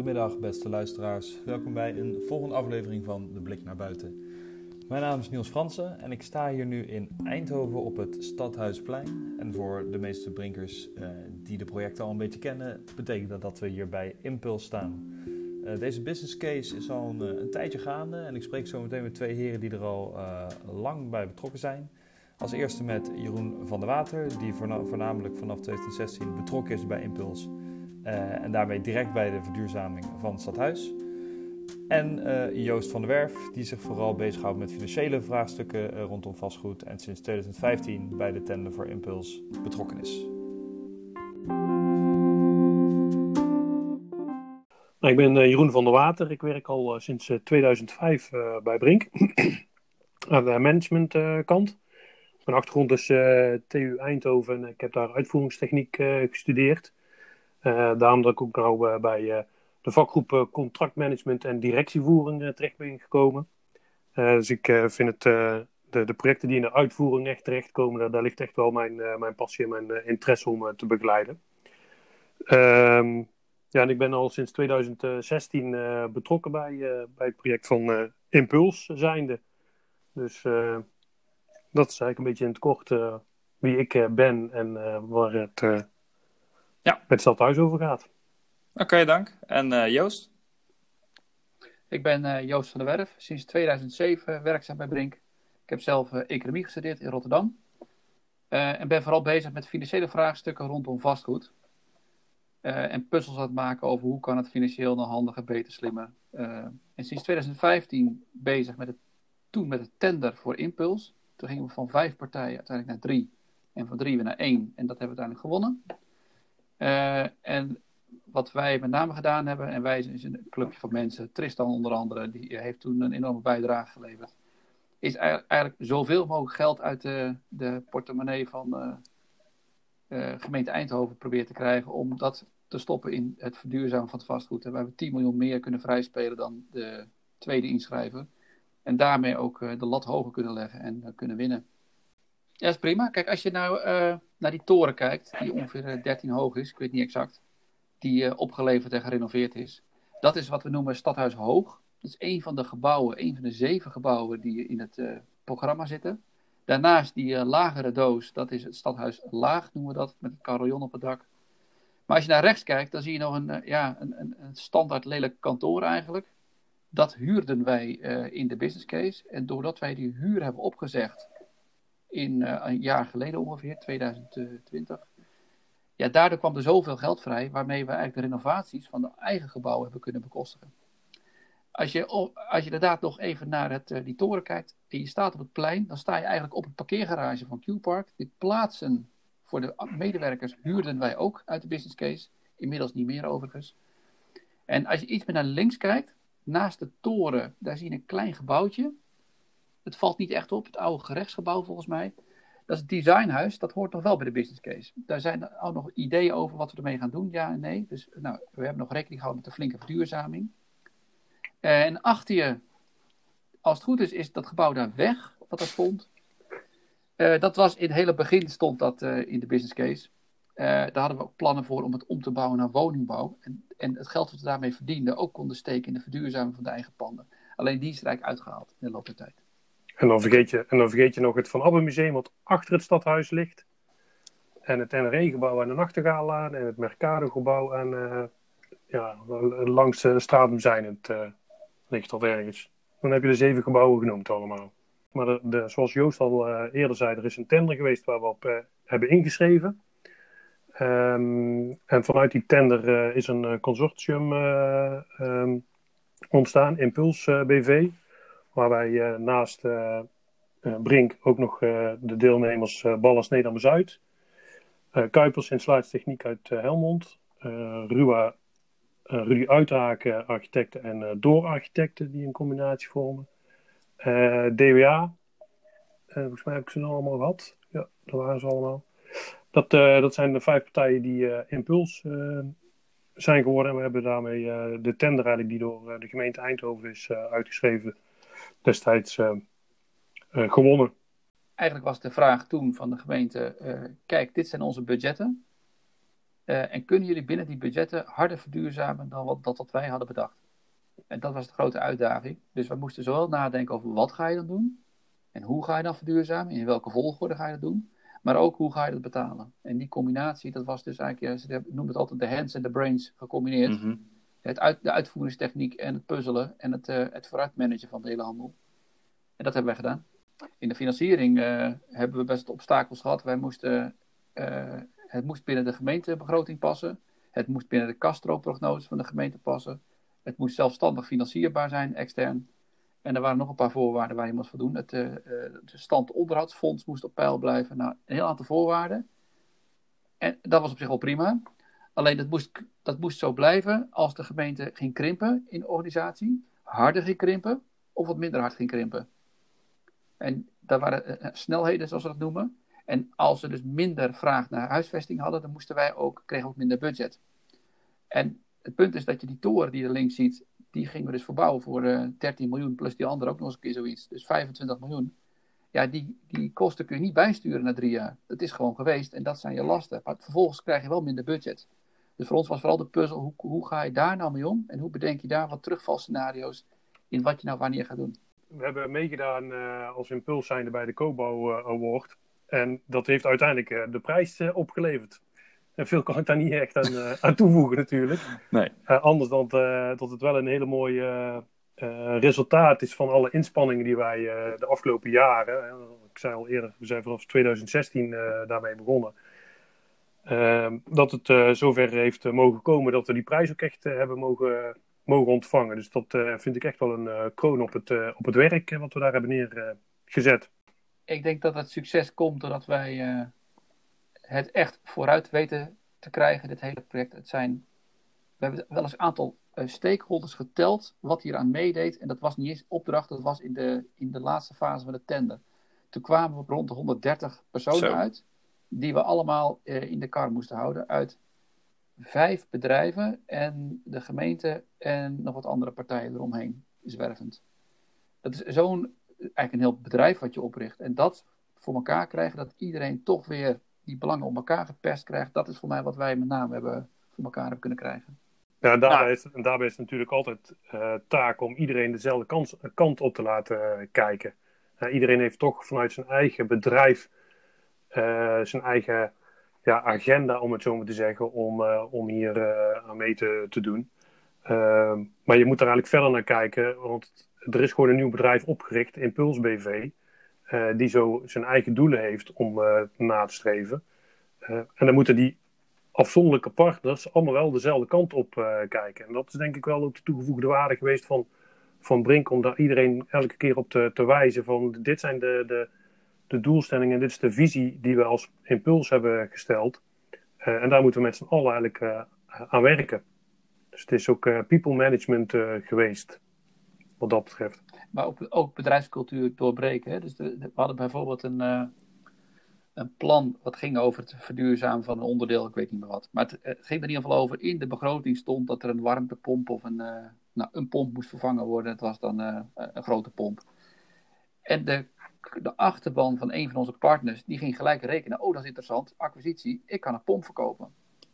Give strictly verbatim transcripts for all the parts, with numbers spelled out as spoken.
Goedemiddag beste luisteraars, welkom bij een volgende aflevering van De Blik naar Buiten. Mijn naam is Niels Fransen en ik sta hier nu in Eindhoven op het Stadhuisplein. En voor de meeste brinkers uh, die de projecten al een beetje kennen, betekent dat dat we hier bij Impuls staan. Uh, deze business case is al een, een tijdje gaande en ik spreek zo meteen met twee heren die er al uh, lang bij betrokken zijn. Als eerste met Jeroen van der Water, die voorna- voornamelijk vanaf twintig zestien betrokken is bij Impuls. Uh, en daarmee direct bij de verduurzaming van het stadhuis. En uh, Joost van der Werf, die zich vooral bezighoudt met financiële vraagstukken uh, rondom vastgoed en sinds twintig vijftien bij de tender voor Impuls betrokken is. Nou, ik ben uh, Jeroen van der Water. Ik werk al uh, sinds uh, tweeduizend vijf uh, bij Brink aan de managementkant. Uh, Mijn achtergrond is uh, T U Eindhoven en ik heb daar uitvoeringstechniek uh, gestudeerd. Uh, daarom dat ik ook nou uh, bij uh, de vakgroep uh, contractmanagement en directievoering uh, terecht ben gekomen. Uh, dus ik uh, vind het, uh, de, de projecten die in de uitvoering echt terechtkomen, daar, daar ligt echt wel mijn, uh, mijn passie en mijn uh, interesse om uh, te begeleiden. Um, ja, en ik ben al sinds tweeduizend zestien uh, betrokken bij, uh, bij het project van uh, Impuls zijnde. Dus uh, dat is eigenlijk een beetje in het kort uh, wie ik uh, ben en uh, waar het uh, ja. met het stadhuis over gaat. Oké, okay, dank. En uh, Joost? Ik ben uh, Joost van der Werf, sinds tweeduizend zeven werkzaam bij Brink. Ik heb zelf uh, economie gestudeerd in Rotterdam. Uh, en ben vooral bezig met financiële vraagstukken rondom vastgoed. Uh, en puzzels aan het maken over hoe kan het financieel nog handiger, beter, slimmer. Uh, en sinds tweeduizend vijftien bezig met het, toen met het tender voor Impuls. Toen gingen we van vijf partijen uiteindelijk naar drie. En van drie weer naar één. En dat hebben we uiteindelijk gewonnen. Uh, en wat wij met name gedaan hebben, en wij zijn een clubje van mensen, Tristan onder andere, die heeft toen een enorme bijdrage geleverd, is eigenlijk zoveel mogelijk geld uit de, de portemonnee van uh, uh, gemeente Eindhoven proberen te krijgen om dat te stoppen in het verduurzamen van het vastgoed. En we hebben tien miljoen meer kunnen vrijspelen dan de tweede inschrijver. En daarmee ook uh, de lat hoger kunnen leggen en uh, kunnen winnen. Ja, dat is prima. Kijk, als je nou uh, naar die toren kijkt, die ongeveer dertien hoog is, ik weet niet exact, die uh, opgeleverd en gerenoveerd is. Dat is wat we noemen Stadhuis Hoog. Dat is een van de gebouwen, een van de zeven gebouwen die in het uh, programma zitten. Daarnaast die uh, lagere doos, dat is het Stadhuis Laag, noemen we dat, met het carillon op het dak. Maar als je naar rechts kijkt, dan zie je nog een, uh, ja, een, een, een standaard lelijk kantoor eigenlijk. Dat huurden wij uh, in de business case. En doordat wij die huur hebben opgezegd in uh, een jaar geleden ongeveer, tweeduizend twintig... Ja, daardoor kwam er zoveel geld vrij, waarmee we eigenlijk de renovaties van de eigen gebouwen hebben kunnen bekostigen. Als je, als je inderdaad nog even naar het, uh, die toren kijkt en je staat op het plein, dan sta je eigenlijk op het parkeergarage van Q-Park. Die plaatsen voor de medewerkers huurden wij ook uit de business case. Inmiddels niet meer overigens. En als je iets meer naar links kijkt, naast de toren, daar zie je een klein gebouwtje. Het valt niet echt op, het oude gerechtsgebouw volgens mij. Dat is het designhuis, dat hoort nog wel bij de business case. Daar zijn ook nog ideeën over wat we ermee gaan doen, ja en nee. Dus nou, we hebben nog rekening gehouden met de flinke verduurzaming. En achter je, als het goed is, is dat gebouw daar weg, wat er stond. Uh, dat was in het hele begin, stond dat uh, in de business case. Uh, daar hadden we ook plannen voor om het om te bouwen naar woningbouw. En, en het geld dat we daarmee verdienden ook konden steken in de verduurzaming van de eigen panden. Alleen die is er eigenlijk uitgehaald in de loop der tijd. En dan, vergeet je, en dan vergeet je nog het Van Abbe Museum wat achter het stadhuis ligt. En het N R E-gebouw aan de Nachtegaallaan. En het Mercado-gebouw aan, uh, ja, langs de Stratum zijn het uh, ligt of ergens. Dan heb je de zeven gebouwen genoemd allemaal. Maar de, de, zoals Joost al uh, eerder zei, er is een tender geweest waar we op uh, hebben ingeschreven. Um, en vanuit die tender uh, is een uh, consortium uh, um, ontstaan, Impuls uh, B V. Waar wij uh, naast uh, uh, Brink ook nog uh, de deelnemers uh, Ballas Nedam-Zuid, uh, Kuipers Installatietechniek uit uh, Helmond, uh, Rua, uh, Rudy Uithaken architecten en uh, Door architecten die een combinatie vormen. Uh, D W A, uh, volgens mij heb ik ze nou allemaal gehad. Ja, dat waren ze allemaal. Dat, uh, dat zijn de vijf partijen die uh, Impuls uh, zijn geworden. En we hebben daarmee uh, de tender eigenlijk die door uh, de gemeente Eindhoven is uh, uitgeschreven, destijds uh, uh, gewonnen. Eigenlijk was de vraag toen van de gemeente, uh, kijk, dit zijn onze budgetten. Uh, en kunnen jullie binnen die budgetten harder verduurzamen dan wat, dat wat wij hadden bedacht? En dat was de grote uitdaging. Dus we moesten zowel nadenken over wat ga je dan doen? En hoe ga je dan verduurzamen? In welke volgorde ga je dat doen? Maar ook hoe ga je dat betalen? En die combinatie, dat was dus eigenlijk, ze noemen het altijd de hands en de brains gecombineerd. Mm-hmm. Het uit, de uitvoeringstechniek en het puzzelen en het, uh, het vooruitmanagen van de hele handel. En dat hebben wij gedaan. In de financiering uh, hebben we best obstakels gehad. Wij moesten, uh, het moest binnen de gemeentebegroting passen. Het moest binnen de kaststroomprognose van de gemeente passen. Het moest zelfstandig financierbaar zijn, extern. En er waren nog een paar voorwaarden waar je moest voldoen. Het uh, de stand-onderhoudsfonds moest op peil blijven. Nou, een heel aantal voorwaarden. En dat was op zich wel prima. Alleen dat moest, dat moest zo blijven als de gemeente ging krimpen in de organisatie. Harder ging krimpen of wat minder hard ging krimpen. En dat waren uh, snelheden, zoals we dat noemen. En als we dus minder vraag naar huisvesting hadden, dan moesten wij ook, kregen we ook minder budget. En het punt is dat je die toren die je links ziet, die gingen we dus verbouwen voor uh, dertien miljoen, plus die andere ook nog eens een keer zoiets. Dus vijfentwintig miljoen. Ja, die, die kosten kun je niet bijsturen na drie jaar. Dat is gewoon geweest en dat zijn je lasten. Maar vervolgens krijg je wel minder budget. Dus voor ons was vooral de puzzel, hoe, hoe ga je daar nou mee om? En hoe bedenk je daar wat terugvalscenario's in wat je nou wanneer gaat doen? We hebben meegedaan uh, als impuls zijnde bij de Kobo uh, Award. En dat heeft uiteindelijk uh, de prijs uh, opgeleverd. En veel kan ik daar niet echt aan, uh, aan toevoegen natuurlijk. Nee. Uh, anders dan uh, dat het wel een hele mooie uh, uh, resultaat is van alle inspanningen die wij uh, de afgelopen jaren... Uh, ik zei al eerder, we zijn vanaf twintig zestien uh, daarmee begonnen. Uh, dat het uh, zover heeft uh, mogen komen dat we die prijs ook echt uh, hebben mogen, mogen ontvangen. Dus dat uh, vind ik echt wel een uh, kroon op het, uh, op het werk uh, wat we daar hebben neergezet. Uh, ik denk dat het succes komt doordat wij uh, het echt vooruit weten te krijgen, dit hele project. Het zijn, we hebben wel eens een aantal uh, stakeholders geteld wat hier aan meedeed. En dat was niet eens opdracht, dat was in de, in de laatste fase van de tender. Toen kwamen we op rond de honderddertig personen Zo. uit, die we allemaal uh, in de kar moesten houden uit vijf bedrijven en de gemeente en nog wat andere partijen eromheen, zwervend. Dat is zo'n, eigenlijk een heel bedrijf wat je opricht. En dat voor elkaar krijgen, dat iedereen toch weer die belangen op elkaar geperst krijgt, dat is voor mij wat wij met name hebben voor elkaar hebben kunnen krijgen. Ja, daarbij, nou. is, en daarbij is het natuurlijk altijd uh, taak om iedereen dezelfde kans, kant op te laten uh, kijken. Uh, iedereen heeft toch vanuit zijn eigen bedrijf uh, zijn eigen ja, agenda, om het zo maar te zeggen, om, uh, om hier uh, aan mee te, te doen. Uh, maar je moet er eigenlijk verder naar kijken, want er is gewoon een nieuw bedrijf opgericht, Impuls B V, uh, die zo zijn eigen doelen heeft om uh, na te streven. Uh, en dan moeten die afzonderlijke partners allemaal wel dezelfde kant op uh, kijken. En dat is denk ik wel ook de toegevoegde waarde geweest van, van Brink, om daar iedereen elke keer op te, te wijzen van dit zijn de, de, de doelstellingen, dit is de visie die we als Impuls hebben gesteld. Uh, en daar moeten we met z'n allen eigenlijk uh, aan werken. Dus het is ook uh, people management uh, geweest, wat dat betreft. Maar ook, ook bedrijfscultuur doorbreken. Hè? Dus de, de, we hadden bijvoorbeeld een, uh, een plan wat ging over het verduurzamen van een onderdeel, ik weet niet meer wat. Maar het, het ging er in ieder geval over, in de begroting stond dat er een warmtepomp of een, uh, nou, een pomp moest vervangen worden. Het was dan uh, een grote pomp. En de, de achterban van een van onze partners, die ging gelijk rekenen, oh dat is interessant, acquisitie, ik kan een pomp verkopen.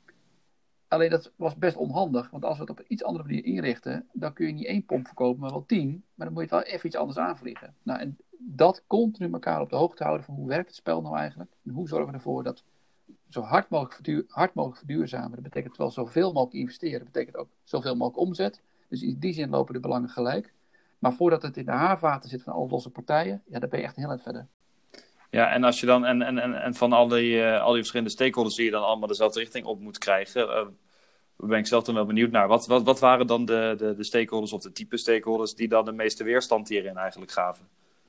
Alleen dat was best onhandig, want als we het op een iets andere manier inrichten, dan kun je niet één pomp verkopen, maar wel tien. Maar dan moet je het wel even iets anders aanvliegen. Nou, en dat continu elkaar op de hoogte houden van hoe werkt het spel nou eigenlijk? En hoe zorgen we ervoor dat zo hard mogelijk, verduur, hard mogelijk verduurzamen. Dat betekent wel zoveel mogelijk investeren. Dat betekent ook zoveel mogelijk omzet. Dus in die zin lopen de belangen gelijk. Maar voordat het in de haarvaten zit van alle losse partijen, ja, dan ben je echt heel erg verder. Ja, en als je dan en, en, en van al die, uh, al die verschillende stakeholders die je dan allemaal dezelfde richting op moet krijgen, uh, ben ik zelf dan wel benieuwd naar. Wat, wat, wat waren dan de, de, de stakeholders of de type stakeholders die dan de meeste weerstand hierin eigenlijk gaven?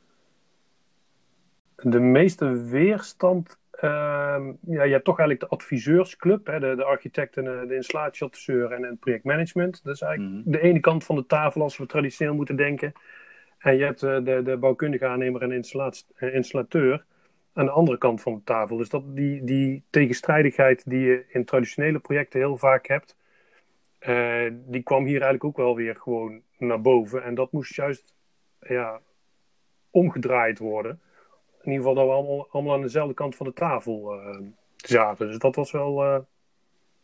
De meeste weerstand, uh, ja, je hebt toch eigenlijk de adviseursclub, hè, de, de architecten, de installatieadviseur en het projectmanagement. Dat is eigenlijk mm-hmm. de ene kant van de tafel als we traditioneel moeten denken. En je hebt uh, de, de bouwkundige aannemer en installaat- installateur aan de andere kant van de tafel. Dus dat, die, die tegenstrijdigheid die je in traditionele projecten heel vaak hebt, uh, die kwam hier eigenlijk ook wel weer gewoon naar boven. En dat moest juist ja, omgedraaid worden. In ieder geval dat we allemaal, allemaal aan dezelfde kant van de tafel uh, zaten. Dus dat was wel, uh,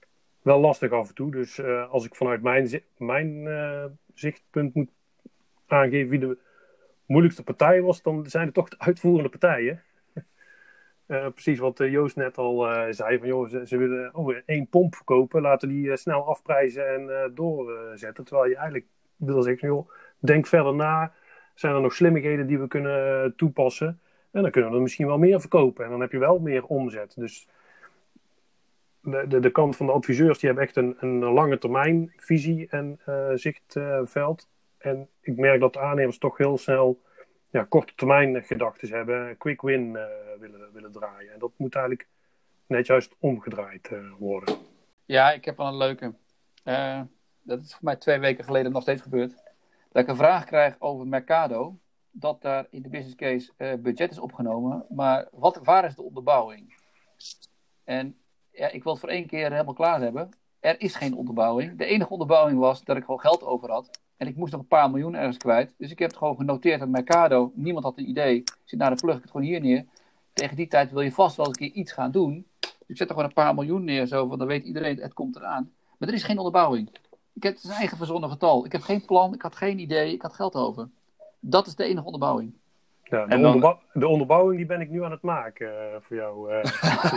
wel lastig af en toe. Dus uh, als ik vanuit mijn, zi- mijn uh, zichtpunt moet aangeven wie de moeilijkste partij was, dan zijn het toch de uitvoerende partijen. Uh, precies wat uh, Joost net al uh, zei. Van, joh, ze, ze willen oh, één pomp verkopen. Laten die uh, snel afprijzen en uh, doorzetten. Terwijl je eigenlijk wil zeggen, joh, denk verder na. Zijn er nog slimmigheden die we kunnen uh, toepassen? En dan kunnen we er misschien wel meer verkopen. En dan heb je wel meer omzet. Dus de, de, de kant van de adviseurs, die hebben echt een, een lange termijn visie en uh, zichtveld. Uh, en ik merk dat de aannemers toch heel snel ja, korte termijn gedachten hebben. Quick win uh, willen, willen draaien. En dat moet eigenlijk net juist omgedraaid uh, worden. Ja, ik heb wel een leuke. Uh, dat is voor mij twee weken geleden nog steeds gebeurd. Dat ik een vraag krijg over Mercado. Dat daar in de business case uh, budget is opgenomen. Maar wat, waar is de onderbouwing? En ja, ik wil het voor één keer helemaal klaar hebben. Er is geen onderbouwing. De enige onderbouwing was dat ik gewoon geld over had. En ik moest nog een paar miljoen ergens kwijt. Dus ik heb het gewoon genoteerd aan Mercado. Niemand had een idee. Ik zit naar de plug, ik het gewoon hier neer. Tegen die tijd wil je vast wel eens een keer iets gaan doen. Dus ik zet er gewoon een paar miljoen neer. Zo, want dan weet iedereen, het komt eraan. Maar er is geen onderbouwing. Ik heb het is een eigen verzonnen getal. Ik heb geen plan, ik had geen idee, ik had geld over. Dat is de enige onderbouwing. Ja, de, dan... onderbouw- de onderbouwing die ben ik nu aan het maken uh, voor jou. Uh,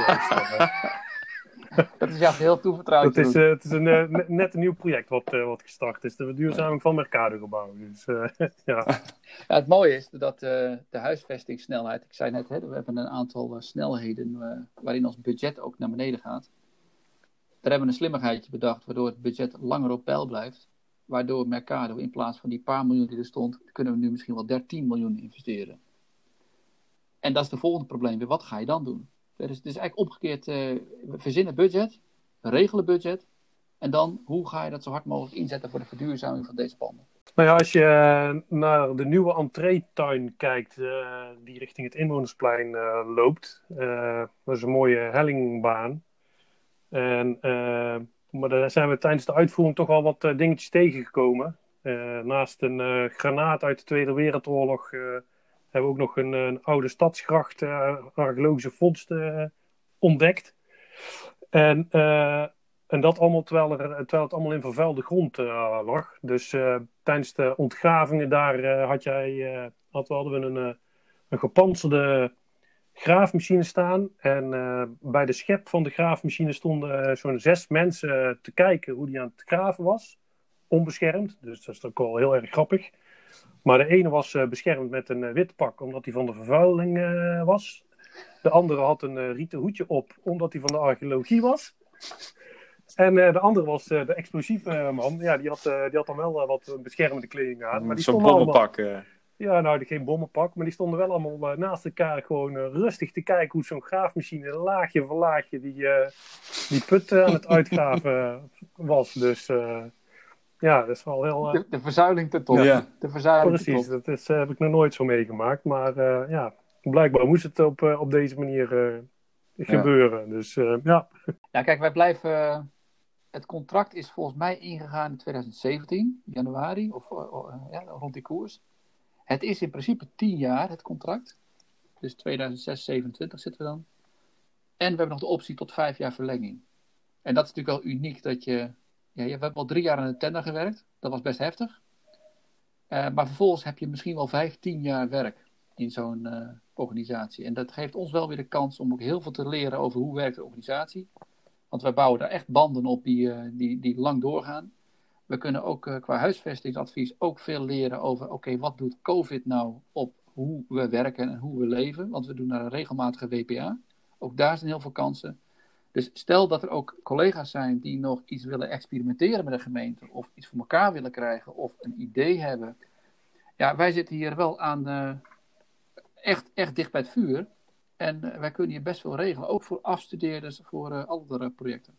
Dat is jou heel toevertrouwd. Het is, uh, het is een, uh, net een nieuw project wat, uh, wat gestart is. De verduurzaming van Mercado gebouw. Dus, uh, ja. Ja, het mooie is dat uh, de huisvestingssnelheid... Ik zei net, hè, we hebben een aantal uh, snelheden uh, waarin ons budget ook naar beneden gaat. Daar hebben we een slimmigheidje bedacht, waardoor het budget langer op peil blijft. Waardoor Mercado in plaats van die paar miljoen die er stond, kunnen we nu misschien wel dertien miljoen investeren. En dat is de volgende probleem weer. Wat ga je dan doen? Dus het is eigenlijk omgekeerd, uh, we verzinnen budget, regelen budget. En dan, hoe ga je dat zo hard mogelijk inzetten voor de verduurzaming van deze panden? Nou ja, als je naar de nieuwe entreetuin kijkt, uh, die richting het Inwonersplein uh, loopt. Uh, dat is een mooie hellingbaan. En, uh, maar daar zijn we tijdens de uitvoering toch al wat uh, dingetjes tegengekomen. Uh, naast een uh, granaat uit de Tweede Wereldoorlog uh, hebben we ook nog een, een oude stadsgracht, uh, archeologische vondst uh, ontdekt. En, uh, en dat allemaal terwijl, er, terwijl het allemaal in vervuilde grond uh, lag. Dus uh, tijdens de ontgravingen daar uh, had jij, uh, had, hadden we een, uh, een gepantserde graafmachine staan. En uh, bij de schep van de graafmachine stonden uh, zo'n zes mensen uh, te kijken hoe die aan het graven was. Onbeschermd, dus dat is ook wel heel erg grappig. Maar de ene was uh, beschermd met een uh, wit pak, omdat hij van de vervuiling uh, was. De andere had een uh, rieten hoedje op, omdat hij van de archeologie was. En uh, de andere was uh, de explosieve uh, man. Ja, die had, uh, die had dan wel uh, wat beschermende kleding aan. Maar die Zo'n bommenpak. Allemaal... Ja, nou, geen bommenpak. Maar die stonden wel allemaal uh, naast elkaar gewoon uh, rustig te kijken hoe zo'n graafmachine laagje voor laagje die, uh, die put uh, aan het uitgraven was. Dus uh, ja, dat is wel heel... Uh... De, de verzuiling te top. Ja. De verzuiling Precies, te top. dat is, uh, heb ik nog nooit zo meegemaakt. Maar uh, ja, blijkbaar moest het op, uh, op deze manier uh, gebeuren. Ja. Dus uh, ja. Ja, kijk, wij blijven... Uh... Het contract is volgens mij ingegaan in twintig zeventien, januari, of uh, ja, rond die koers. Het is in principe tien jaar, het contract. Dus tweeduizend zes, zevenentwintig zitten we dan. En we hebben nog de optie tot vijf jaar verlenging. En dat is natuurlijk wel uniek dat je... Ja, je hebt al drie jaar aan de tender gewerkt. Dat was best heftig. Uh, maar vervolgens heb je misschien wel vijf, tien jaar werk in zo'n uh, organisatie. En dat geeft ons wel weer de kans om ook heel veel te leren over hoe werkt de organisatie. Want wij bouwen daar echt banden op die, uh, die, die lang doorgaan. We kunnen ook uh, qua huisvestingsadvies ook veel leren over... oké, okay, wat doet COVID nou op hoe we werken en hoe we leven? Want we doen daar een regelmatige W P A. Ook daar zijn heel veel kansen. Dus stel dat er ook collega's zijn die nog iets willen experimenteren met de gemeente... of iets voor elkaar willen krijgen of een idee hebben. Ja, wij zitten hier wel aan uh, echt, echt dicht bij het vuur... En uh, wij kunnen hier best veel regelen, ook voor afstudeerders, voor uh, andere projecten.